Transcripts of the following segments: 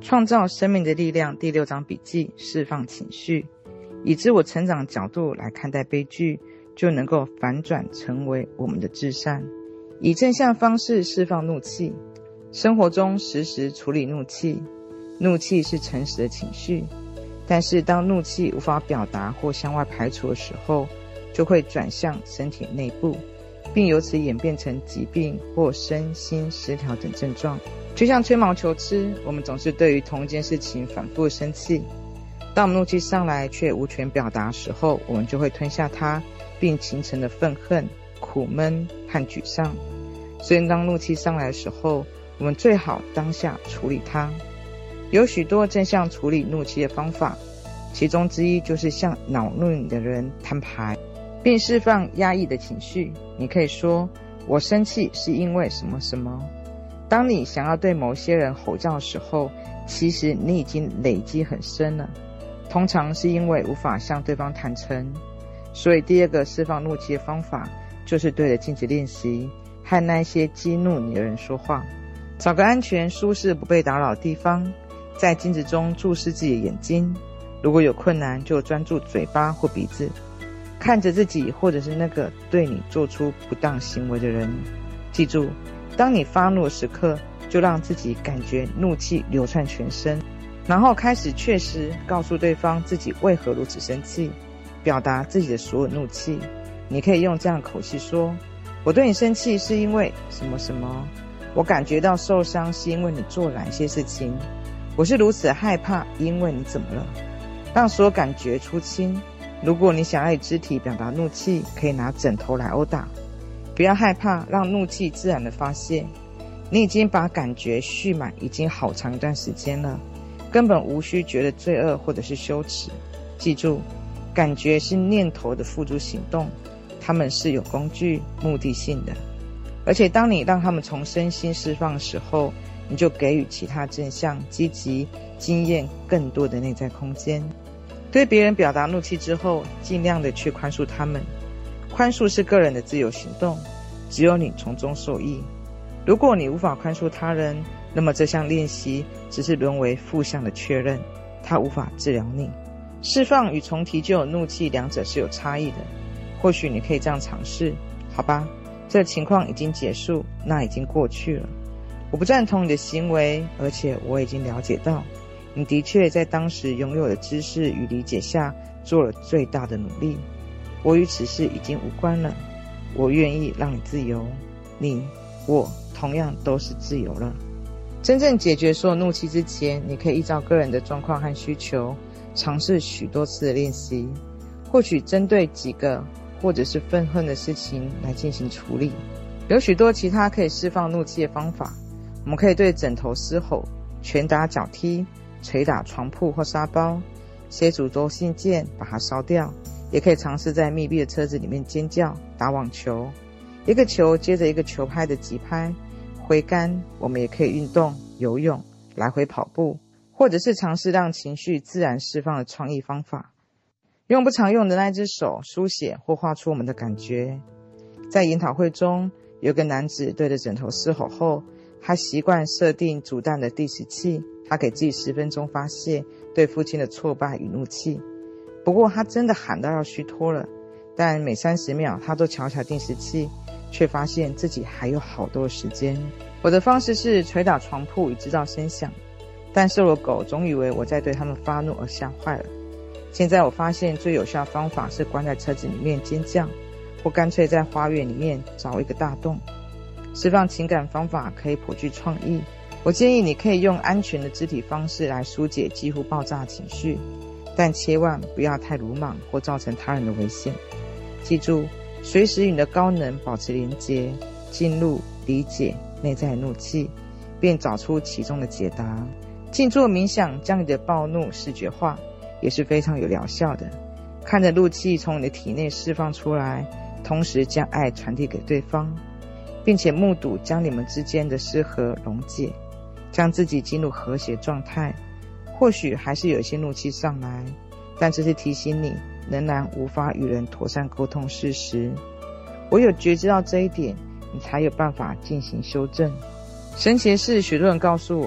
创造生命的力量第6章笔记，释放情绪，以自我成长角度来看待悲剧，就能够反转成为我们的至善。以正向方式释放怒气，生活中时时处理怒气。怒气是诚实的情绪，但是当怒气无法表达或向外排除的时候，就会转向身体内部，并由此演变成疾病或身心失调等症状。就像吹毛求疵，我们总是对于同一件事情反复生气。当我们怒气上来却无权表达的时候，我们就会吞下它，并形成了愤恨、苦闷和沮丧。所以当怒气上来的时候，我们最好当下处理它。有许多正向处理怒气的方法，其中之一就是向恼怒你的人摊牌，并释放压抑的情绪。你可以说，我生气是因为什么什么。当你想要对某些人吼叫的时候，其实你已经累积很深了，通常是因为无法向对方坦诚。所以第二个释放怒气的方法，就是对着镜子练习，和那些激怒你的人说话。找个安全、舒适、不被打扰的地方，在镜子中注视自己的眼睛，如果有困难就专注嘴巴或鼻子，看着自己或者是那个对你做出不当行为的人。记住，当你发怒的时刻，就让自己感觉怒气流窜全身，然后开始确实告诉对方自己为何如此生气，表达自己的所有怒气。你可以用这样的口气说，我对你生气是因为什么什么，我感觉到受伤是因为你做了哪些事情，我是如此害怕因为你怎么了。让所有感觉出清。如果你想要以肢体表达怒气，可以拿枕头来殴打。不要害怕，让怒气自然的发泄。你已经把感觉蓄满已经好长一段时间了，根本无需觉得罪恶或者是羞耻。记住，感觉是念头的付诸行动，它们是有工具、目的性的。而且当你让他们从身心释放的时候，你就给予其他正向、积极经验更多的内在空间。对别人表达怒气之后，尽量的去宽恕他们。宽恕是个人的自由行动，只有你从中受益。如果你无法宽恕他人，那么这项练习只是沦为负向的确认，它无法治疗你。释放与重提就有怒气，两者是有差异的。或许你可以这样尝试，好吧，这情况已经结束，那已经过去了。我不赞同你的行为，而且我已经了解到，你的确在当时拥有的知识与理解下做了最大的努力。我与此事已经无关了，我愿意让你自由，你我同样都是自由了。真正解决所有怒气之前，你可以依照个人的状况和需求，尝试许多次的练习，或许针对几个或者是愤恨的事情来进行处理。有许多其他可以释放怒气的方法，我们可以对枕头嘶吼，拳打脚踢，捶打床铺或沙包，写主轴信件把它烧掉。也可以尝试在密闭的车子里面尖叫，打网球，一个球接着一个球拍的击拍，挥杆。我们也可以运动，游泳，来回跑步，或者是尝试让情绪自然释放的创意方法。用不常用的那只手书写或画出我们的感觉。在研讨会中，有个男子对着枕头嘶吼后，他习惯设定煮蛋的计时器，他给自己10分钟发泄对父亲的挫败与怒气。不过他真的喊到要虚脱了，但每30秒他都瞧瞧定时器，却发现自己还有好多时间。我的方式是捶打床铺以制造声响，但瘦弱狗总以为我在对他们发怒而吓坏了。现在我发现最有效的方法是关在车子里面尖叫，或干脆在花园里面找一个大洞。释放情感方法可以颇具创意，我建议你可以用安全的肢体方式来疏解几乎爆炸的情绪，但千万不要太鲁莽或造成他人的危险。记住，随时与你的高能保持连结，进入理解内在怒气，并找出其中的解答。静坐冥想将你的暴怒视觉化，也是非常有疗效的。看着怒气从你的体内释放出来，同时将爱传递给对方，并且目睹将你们之间的失和溶解，将自己进入和谐状态。或许还是有一些怒气上来，但这是提醒你仍然无法与人妥善沟通事实。唯有觉知到这一点，你才有办法进行修正。神奇的是，许多人告诉我，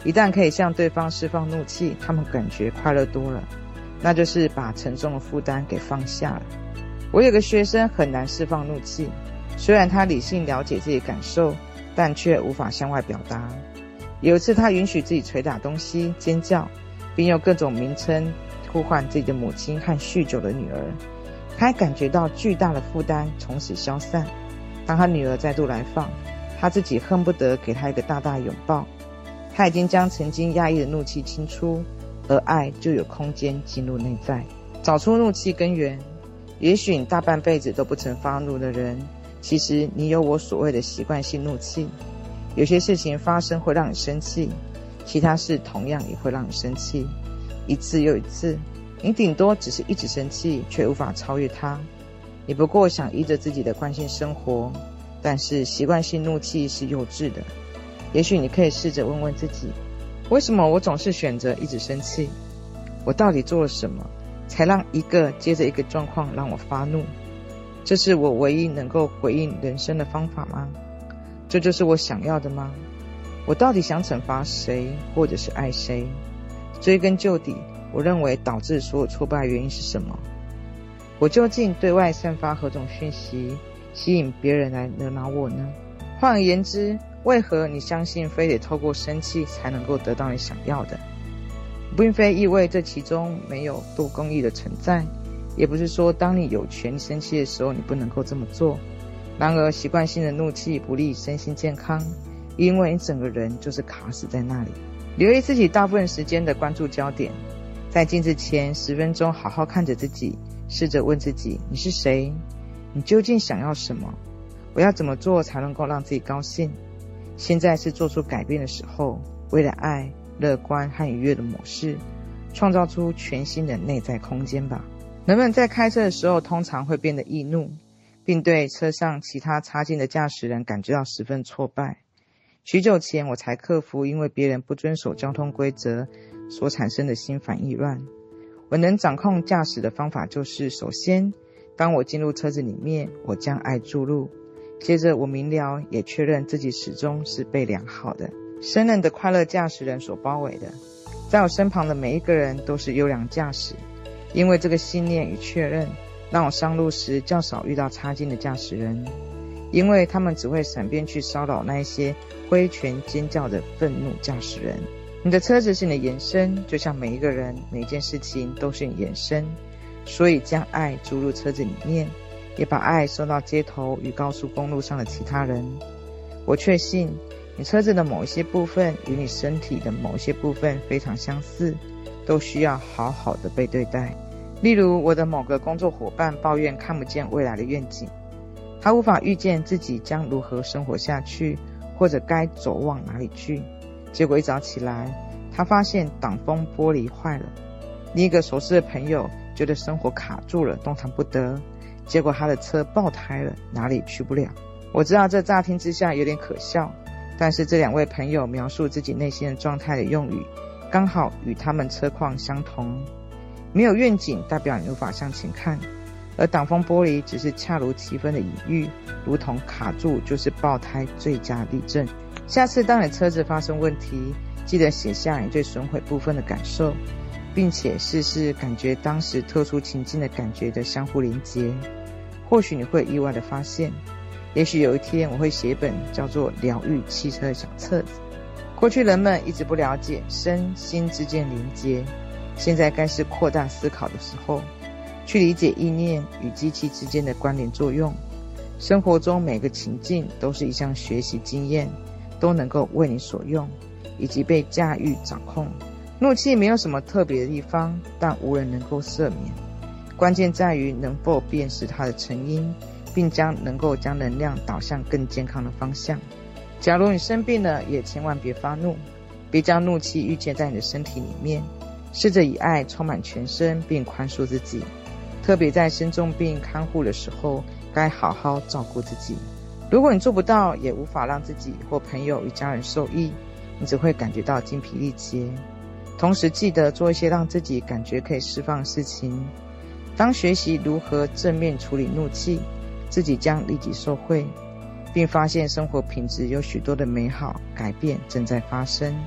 一旦可以向对方释放怒气，他们感觉快乐多了，那就是把沉重的负担给放下了。我有个学生很难释放怒气，虽然他理性了解自己的感受，但却无法向外表达。有一次他允许自己捶打东西尖叫，并用各种名称呼唤自己的母亲和酗酒的女儿，他感觉到巨大的负担从此消散。当他女儿再度来访，他自己恨不得给她一个大大拥抱。他已经将曾经压抑的怒气清出，而爱就有空间进入内在，找出怒气根源。也许你大半辈子都不曾发怒的人，其实你有我所谓的习惯性怒气。有些事情发生会让你生气，其他事同样也会让你生气，一次又一次。你顶多只是一直生气，却无法超越它。你不过想依着自己的惯性生活，但是习惯性怒气是幼稚的。也许你可以试着问问自己，为什么我总是选择一直生气？我到底做了什么，才让一个接着一个状况让我发怒？这是我唯一能够回应人生的方法吗？这就是我想要的吗？我到底想惩罚谁，或者是爱谁？追根究底，我认为导致所有挫败原因是什么？我究竟对外散发何种讯息，吸引别人来惹恼我呢？换而言之，为何你相信非得透过生气才能够得到你想要的？并非意味这其中没有多公义的存在，也不是说当你有权生气的时候你不能够这么做。然而习惯性的怒气不利身心健康，因为你整个人就是卡死在那里。留意自己大部分时间的关注焦点，在镜子前10分钟好好看着自己，试着问自己，你是谁？你究竟想要什么？我要怎么做才能够让自己高兴？现在是做出改变的时候，为了爱、乐观和愉悦的模式，创造出全新的内在空间吧。人们在开车的时候通常会变得易怒，并对车上其他差劲的驾驶人感觉到十分挫败。许久前我才克服因为别人不遵守交通规则所产生的心烦意乱。我能掌控驾驶的方法就是，首先当我进入车子里面，我将爱注入，接着我明了也确认自己始终是被良好的、胜任的快乐驾驶人所包围的。在我身旁的每一个人都是优良驾驶，因为这个信念与确认，让我上路时较少遇到差劲的驾驶人，因为他们只会闪边去骚扰那一些挥拳尖叫的愤怒驾驶人。你的车子是你的延伸，就像每一个人、每一件事情都是你延伸，所以将爱注入车子里面，也把爱送到街头与高速公路上的其他人。我确信你车子的某一些部分与你身体的某一些部分非常相似，都需要好好的被对待。例如我的某个工作伙伴抱怨看不见未来的愿景，他无法预见自己将如何生活下去，或者该走往哪里去。结果一早起来，他发现挡风玻璃坏了。另一个熟识的朋友觉得生活卡住了，动弹不得，结果他的车爆胎了，哪里去不了。我知道这乍听之下有点可笑，但是这两位朋友描述自己内心的状态的用语刚好与他们车况相同。没有愿景代表你无法向前看，而挡风玻璃只是恰如其分的隐喻，如同卡住就是爆胎最佳例证。下次当你车子发生问题，记得写下你最损毁部分的感受，并且试试感觉当时特殊情境的感觉的相互连结。或许你会意外的发现，也许有一天我会写一本叫做疗愈汽车的小册子。过去人们一直不了解身心之间连结，现在该是扩大思考的时候，去理解意念与机器之间的关联作用。生活中每个情境都是一项学习经验，都能够为你所用，以及被驾驭掌控。怒气没有什么特别的地方，但无人能够赦免。关键在于能否辨识它的成因，并能够将能量导向更健康的方向。假如你生病了，也千万别发怒，别将怒气预见在你的身体里面，试着以爱充满全身，并宽恕自己。特别在生重病看护的时候，该好好照顾自己。如果你做不到，也无法让自己或朋友与家人受益，你只会感觉到精疲力竭。同时记得做一些让自己感觉可以释放的事情。当学习如何正面处理怒气，自己将立即受惠，并发现生活品质有许多的美好改变正在发生。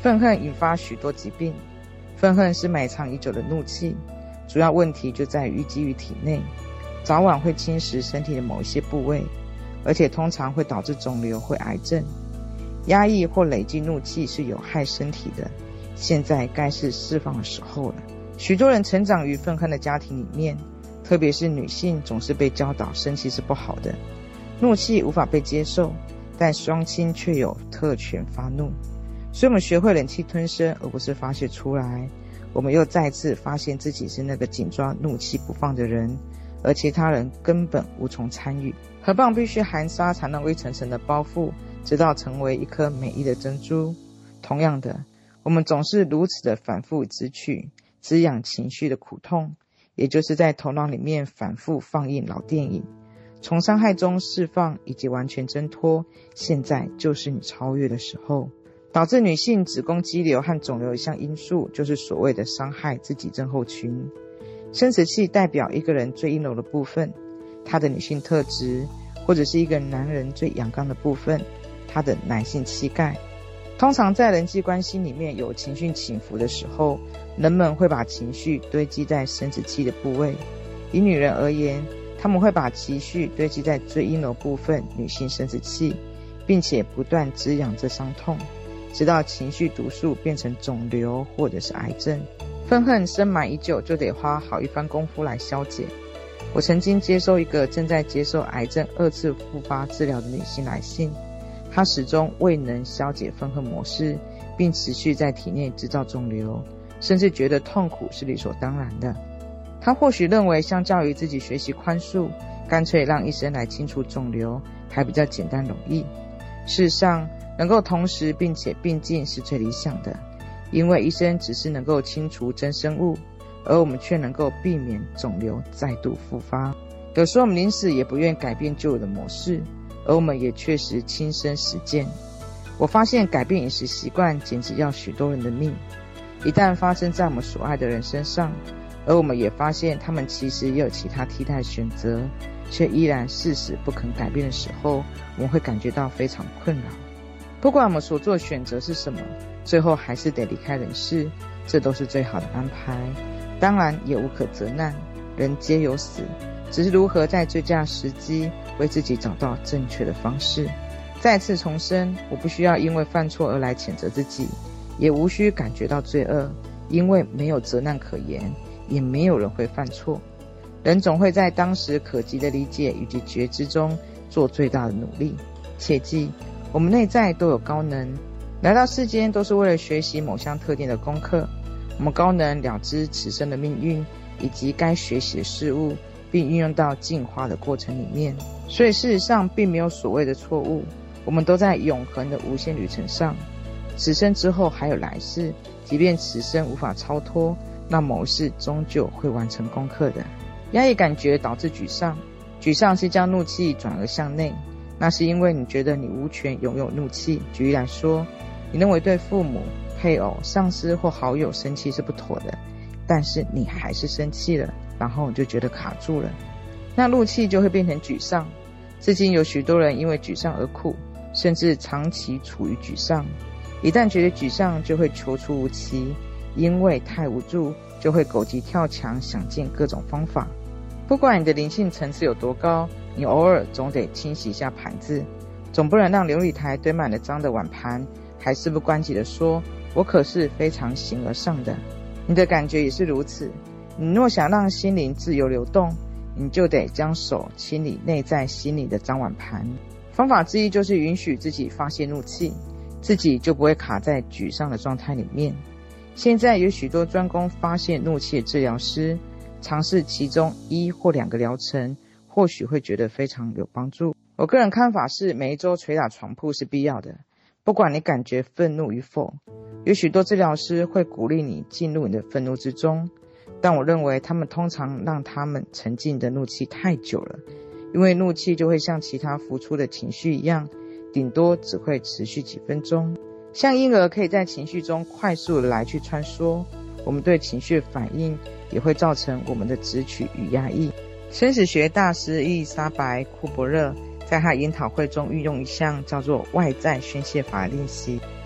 愤恨引发许多疾病。愤恨是埋藏已久的怒气，主要问题就在于积于体内，早晚会侵蚀身体的某一些部位，而且通常会导致肿瘤或癌症。压抑或累积怒气是有害身体的，现在该是释放的时候了。许多人成长于愤恨的家庭里面，特别是女性总是被教导生气是不好的，怒气无法被接受，但双亲却有特权发怒。所以我们学会忍气吞声，而不是发泄出来。我们又再次发现自己是那个紧抓怒气不放的人，而其他人根本无从参与。河蚌必须含沙才能一层层的包覆，直到成为一颗美丽的珍珠。同样的，我们总是如此的反复汲取滋养情绪的苦痛，也就是在头脑里面反复放映老电影，从伤害中释放以及完全挣脱。现在就是你超越的时候。导致女性子宫肌瘤和肿瘤一项因素，就是所谓的伤害自己症候群。生殖器代表一个人最阴柔的部分，他的女性特质，或者是一个男人最阳刚的部分，他的男性气概。通常在人际关系里面有情绪起伏的时候，人们会把情绪堆积在生殖器的部位。以女人而言，他们会把情绪堆积在最阴柔部分女性生殖器，并且不断滋养这伤痛，直到情绪毒素变成肿瘤或者是癌症。愤恨深埋已久，就得花好一番功夫来消解。我曾经接收一个正在接受癌症2次复发治疗的女性来信，她始终未能消解愤恨模式，并持续在体内制造肿瘤，甚至觉得痛苦是理所当然的。她或许认为相较于自己学习宽恕，干脆让医生来清除肿瘤还比较简单容易。事实上，能够同时并且并进是最理想的，因为医生只是能够清除真生物，而我们却能够避免肿瘤再度复发。有时候我们临死也不愿改变旧有的模式，而我们也确实亲身实践。我发现改变饮食习惯简直要许多人的命，一旦发生在我们所爱的人身上，而我们也发现他们其实也有其他替代选择，却依然誓死不肯改变的时候，我们会感觉到非常困扰。不管我们所做的选择是什么，最后还是得离开人世，这都是最好的安排。当然也无可责难，人皆有死，只是如何在最佳时机为自己找到正确的方式。再次重申，我不需要因为犯错而来谴责自己，也无需感觉到罪恶，因为没有责难可言，也没有人会犯错。人总会在当时可及的理解以及觉知中做最大的努力。切记，我们内在都有高能，来到世间都是为了学习某项特定的功课。我们高能了知此生的命运以及该学习的事物，并运用到进化的过程里面。所以事实上并没有所谓的错误，我们都在永恒的无限旅程上。此生之后还有来世，即便此生无法超脱，那某事终究会完成功课的。压抑感觉导致沮丧，沮丧是将怒气转而向内，那是因为你觉得你无权拥有怒气。举例来说，你认为对父母、配偶、上司或好友生气是不妥的，但是你还是生气了，然后你就觉得卡住了，那怒气就会变成沮丧。至今有许多人因为沮丧而苦，甚至长期处于沮丧。一旦觉得沮丧，就会求出无期，因为太无助，就会狗急跳墙，想尽各种方法。不管你的灵性层次有多高，你偶尔总得清洗一下盘子，总不能让流理台堆满了脏的碗盘，还事不关己地说我可是非常形而上的。你的感觉也是如此，你若想让心灵自由流动，你就得将手清理内在心里的脏碗盘。方法之一就是允许自己发泄怒气，自己就不会卡在沮丧的状态里面。现在有许多专攻发泄怒气的治疗师，尝试其中1或2个疗程，或许会觉得非常有帮助。我个人看法是，每一周捶打床铺是必要的，不管你感觉愤怒与否。有许多治疗师会鼓励你进入你的愤怒之中，但我认为他们通常让他们沉浸的怒气太久了，因为怒气就会像其他浮出的情绪一样，顶多只会持续几分钟。像婴儿可以在情绪中快速的来去穿梭，我们对情绪的反应也会造成我们的执取与压抑。生死学大师伊丽莎白·库伯勒在他研讨会中运用一项叫做外在宣泄法的练习。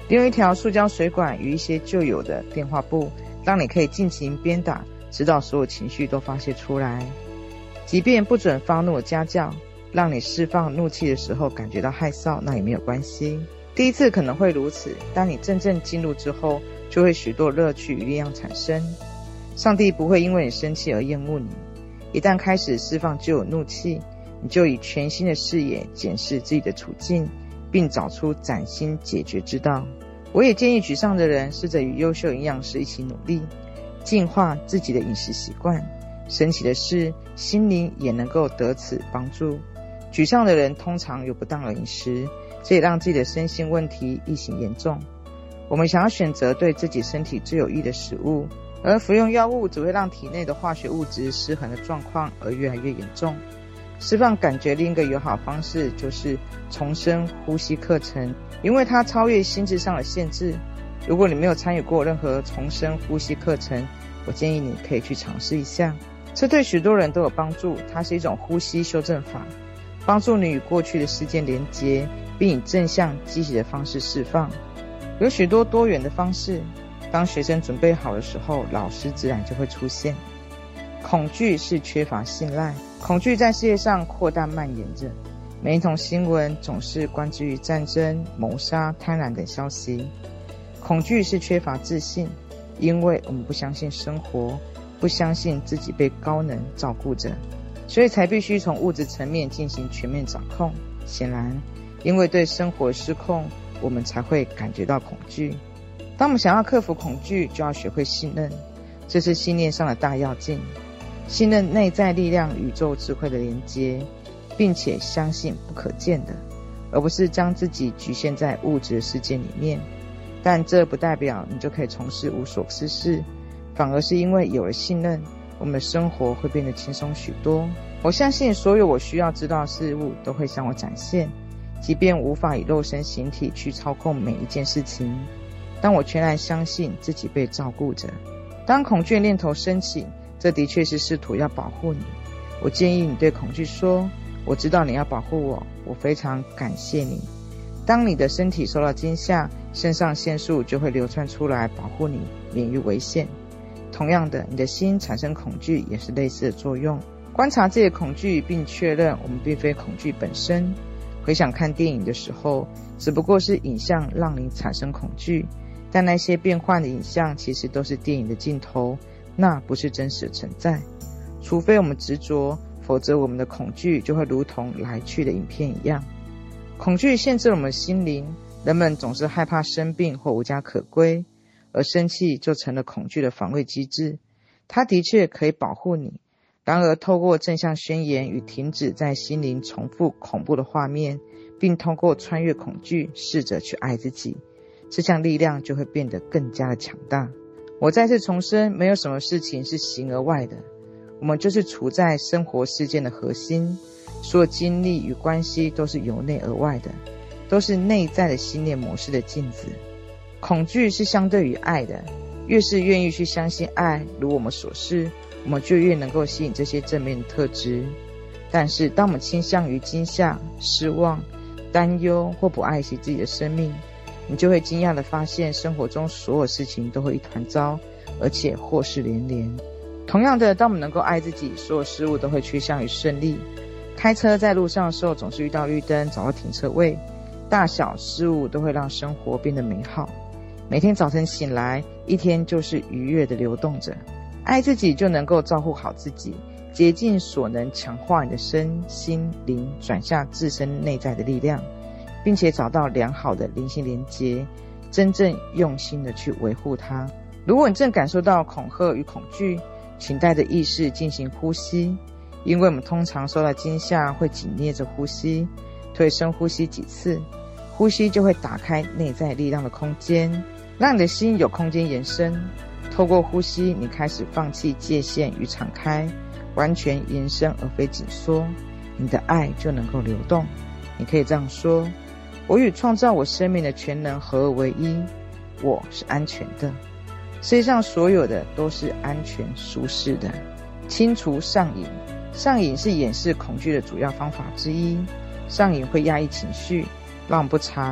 利用一条塑胶水管与一些旧有的电话簿，让你可以尽情鞭打，直到所有情绪都发泄出来。即便不准发怒的家教，让你释放怒气的时候感觉到害臊，那也没有关系。第一次可能会如此，当你真正进入之后，就会许多乐趣与力量产生。上帝不会因为你生气而厌恶你。一旦开始释放旧有怒气，你就以全新的视野检视自己的处境，并找出崭新解决之道。我也建议沮丧的人试着与优秀营养师一起努力，净化自己的饮食习惯。神奇的是，心灵也能够得此帮助。沮丧的人通常有不当的饮食，这也让自己的身心问题异形严重。我们想要选择对自己身体最有益的食物，而服用药物只会让体内的化学物质失衡的状况而越来越严重。释放感觉另一个友好方式就是重生呼吸课程，因为它超越心智上的限制。如果你没有参与过任何重生呼吸课程，我建议你可以去尝试一下，这对许多人都有帮助。它是一种呼吸修正法，帮助你与过去的事件连结，并以正向积极的方式释放。有许多多元的方式，当学生准备好的时候，老师自然就会出现。恐惧是缺乏信赖，恐惧在世界上扩大蔓延着，每一种新闻总是关之于战争、谋杀、贪婪等消息。恐惧是缺乏自信，因为我们不相信生活，不相信自己被高能照顾着，所以才必须从物质层面进行全面掌控。显然，因为对生活失控，我们才会感觉到恐惧。当我们想要克服恐惧，就要学会信任，这是信念上的大要紧。信任内在力量宇宙智慧的连接，并且相信不可见的，而不是将自己局限在物质的世界里面。但这不代表你就可以从事无所事事，反而是因为有了信任，我们的生活会变得轻松许多。我相信所有我需要知道的事物都会向我展现，即便无法以肉身形体去操控每一件事情，但我全然相信自己被照顾着。当恐惧念头升起，这的确是试图要保护你。我建议你对恐惧说，我知道你要保护我，我非常感谢你。当你的身体受到惊吓，肾上腺素就会流窜出来保护你免于危险。同样的，你的心产生恐惧也是类似的作用。观察自己的恐惧，并确认我们并非恐惧本身。回想看电影的时候，只不过是影像让你产生恐惧，但那些变换的影像其实都是电影的镜头，那不是真实的存在。除非我们执着，否则我们的恐惧就会如同来去的影片一样。恐惧限制了我们的心灵，人们总是害怕生病或无家可归，而生气就成了恐惧的防卫机制。它的确可以保护你，然而透过正向宣言与停止在心灵重复恐怖的画面，并通过穿越恐惧试着去爱自己，这项力量就会变得更加的强大。我再次重申，没有什么事情是形而外的，我们就是处在生活事件的核心，所有经历与关系都是由内而外的，都是内在的心念模式的镜子。恐惧是相对于爱的，越是愿意去相信爱如我们所示，我们就越能够吸引这些正面的特质。但是当我们倾向于惊吓、失望、担忧或不爱惜自己的生命，你就会惊讶地发现生活中所有事情都会一团糟，而且祸事连连。同样的，当我们能够爱自己，所有事物都会趋向于顺利。开车在路上的时候总是遇到绿灯，找到停车位，大小事物都会让生活变得美好。每天早晨醒来，一天就是愉悦的流动着。爱自己就能够照顾好自己，竭尽所能强化你的身心灵，转向自身内在的力量，并且找到良好的灵性连结，真正用心的去维护它。如果你正感受到恐吓与恐惧，请带着意识进行呼吸，因为我们通常受到惊吓会紧捏着呼吸，推深呼吸几次，呼吸就会打开内在力量的空间，让你的心有空间延伸。透过呼吸，你开始放弃界限与敞开，完全延伸而非紧缩，你的爱就能够流动。你可以这样说，我与创造我生命的全能合而为一，我是安全的，世界上所有的都是安全舒适的。清除上瘾，上瘾是掩饰恐惧的主要方法之一。上瘾会压抑情绪，让我们不察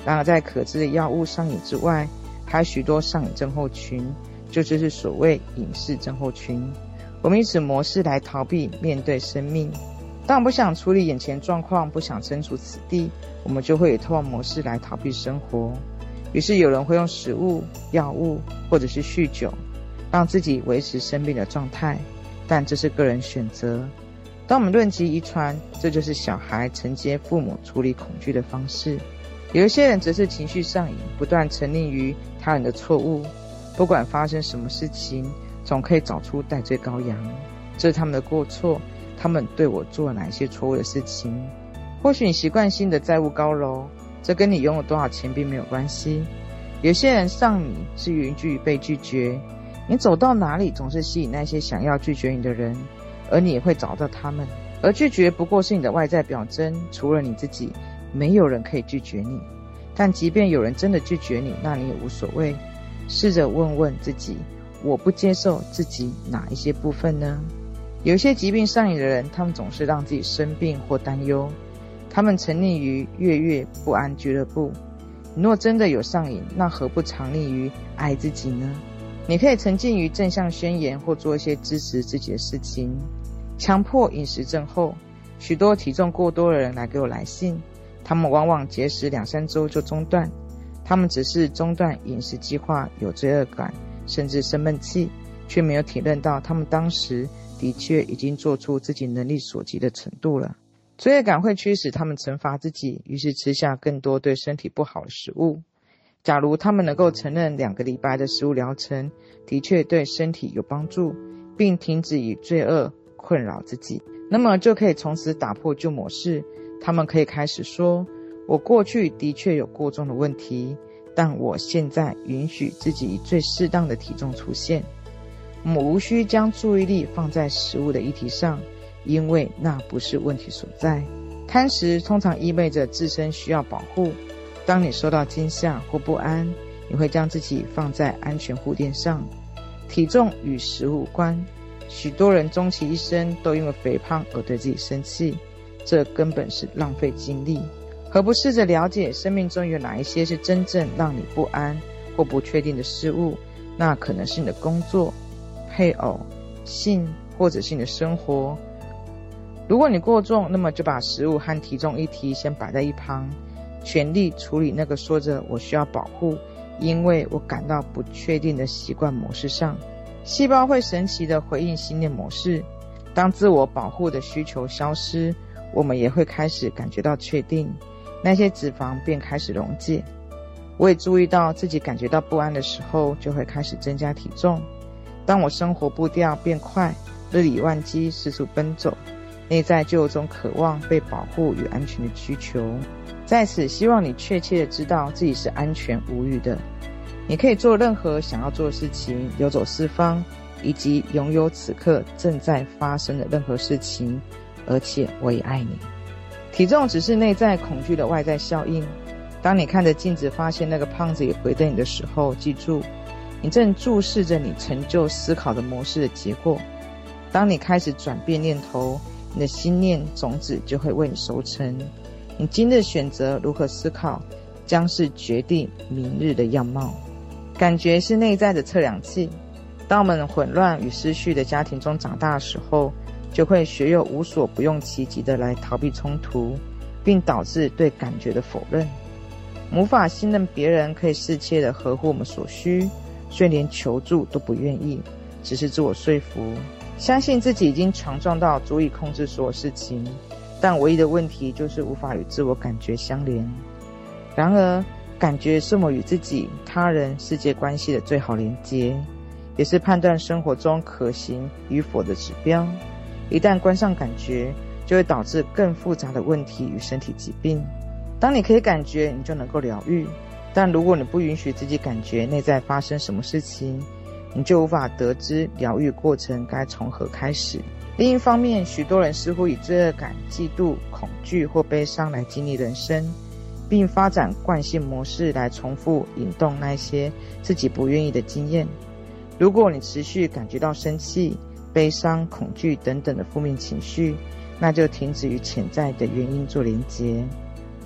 然而在可知的药物上瘾之外，还有许多上瘾症候群，就是所谓隐式症候群。我们以此模式来逃避面对生命。当我不想处理眼前状况，不想身处此地，我们就会以透过模式来逃避生活。于是有人会用食物、药物或者是酗酒，让自己维持生病的状态，但这是个人选择。当我们论及遗传，这就是小孩承接父母处理恐惧的方式。有一些人则是情绪上瘾，不断沉溺于他人的错误，不管发生什么事情，总可以找出戴罪羔羊，这是他们的过错，他们对我做了哪些错误的事情。或许你习惯性的债务高楼，这跟你拥有多少钱并没有关系。有些人上瘾是源自于被拒绝，你走到哪里总是吸引那些想要拒绝你的人，而你也会找到他们。而拒绝不过是你的外在表征，除了你自己，没有人可以拒绝你。但即便有人真的拒绝你，那你也无所谓。试着问问自己，我不接受自己哪一些部分呢？有一些疾病上瘾的人，他们总是让自己生病或担忧，他们沉溺于月不安俱乐部。你若真的有上瘾，那何不常溺于爱自己呢？你可以沉浸于正向宣言，或做一些支持自己的事情。强迫饮食症候，许多体重过多的人来给我来信，他们往往节食2-3周就中断，他们只是中断饮食计划，有罪恶感，甚至生闷气，却没有体认到他们当时的确已经做出自己能力所及的程度了。罪恶感会驱使他们惩罚自己，于是吃下更多对身体不好的食物。假如他们能够承认2个礼拜的食物疗程的确对身体有帮助，并停止以罪恶困扰自己，那么就可以从此打破旧模式。他们可以开始说，我过去的确有过重的问题，但我现在允许自己以最适当的体重出现。我们无需将注意力放在食物的议题上，因为那不是问题所在。贪食通常意味着自身需要保护。当你受到惊吓或不安，你会将自己放在安全护垫上。体重与食物无关，许多人终其一生都因为肥胖而对自己生气，这根本是浪费精力。何不试着了解生命中有哪一些是真正让你不安或不确定的事物？那可能是你的工作、配偶、性，或者是你的生活。如果你过重，那么就把食物和体重议题先摆在一旁，全力处理那个说着我需要保护，因为我感到不确定的习惯模式上。细胞会神奇地回应信念模式，当自我保护的需求消失，我们也会开始感觉到确定，那些脂肪便开始溶解。我也注意到自己感觉到不安的时候，就会开始增加体重。当我生活步调变快，日理万机，四处奔走，内在就有种渴望被保护与安全的需求。在此希望你确切地知道自己是安全无虞的，你可以做任何想要做的事情，游走四方，以及拥有此刻正在发生的任何事情，而且我也爱你。体重只是内在恐惧的外在效应。当你看着镜子发现那个胖子也回瞪你的时候，记住，你正注视着你陈旧思考的模式的结果。当你开始转变念头，你的心念种子就会为你收成。你今日选择如何思考，将是决定明日的样貌。感觉是内在的测量器。当我们混乱与失序的家庭中长大的时候，就会学有无所不用其极的来逃避冲突，并导致对感觉的否认。无法信任别人可以适切的合乎我们所需，所以连求助都不愿意，只是自我说服，相信自己已经强壮到足以控制所有事情，但唯一的问题就是无法与自我感觉相连。然而感觉是我们与自己、他人、世界关系的最好连结，也是判断生活中可行与否的指标。一旦关上感觉，就会导致更复杂的问题与身体疾病。当你可以感觉，你就能够疗愈，但如果你不允许自己感觉内在发生什么事情，你就无法得知疗愈过程该从何开始。另一方面，许多人似乎以罪恶感、嫉妒、恐惧或悲伤来经历人生，并发展惯性模式来重复引动那些自己不愿意的经验。如果你持续感觉到生气、悲伤、恐惧等等的负面情绪，那就停止与潜在的原因做连结。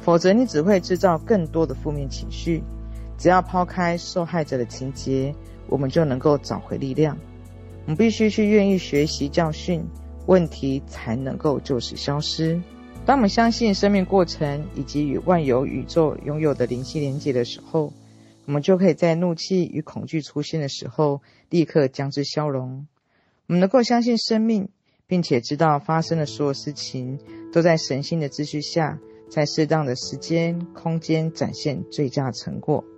否则你只会制造更多的负面情绪。只要抛开受害者的情节，我们就能够找回力量。我们必须去愿意学习教训，问题才能够就此消失。当我们相信生命过程以及与万有宇宙拥有的灵性连结的时候，我们就可以在怒气与恐惧出现的时候立刻将之消融。我们能够相信生命，并且知道发生的所有事情都在神性的秩序下，在适当的时间空间展现最佳成果。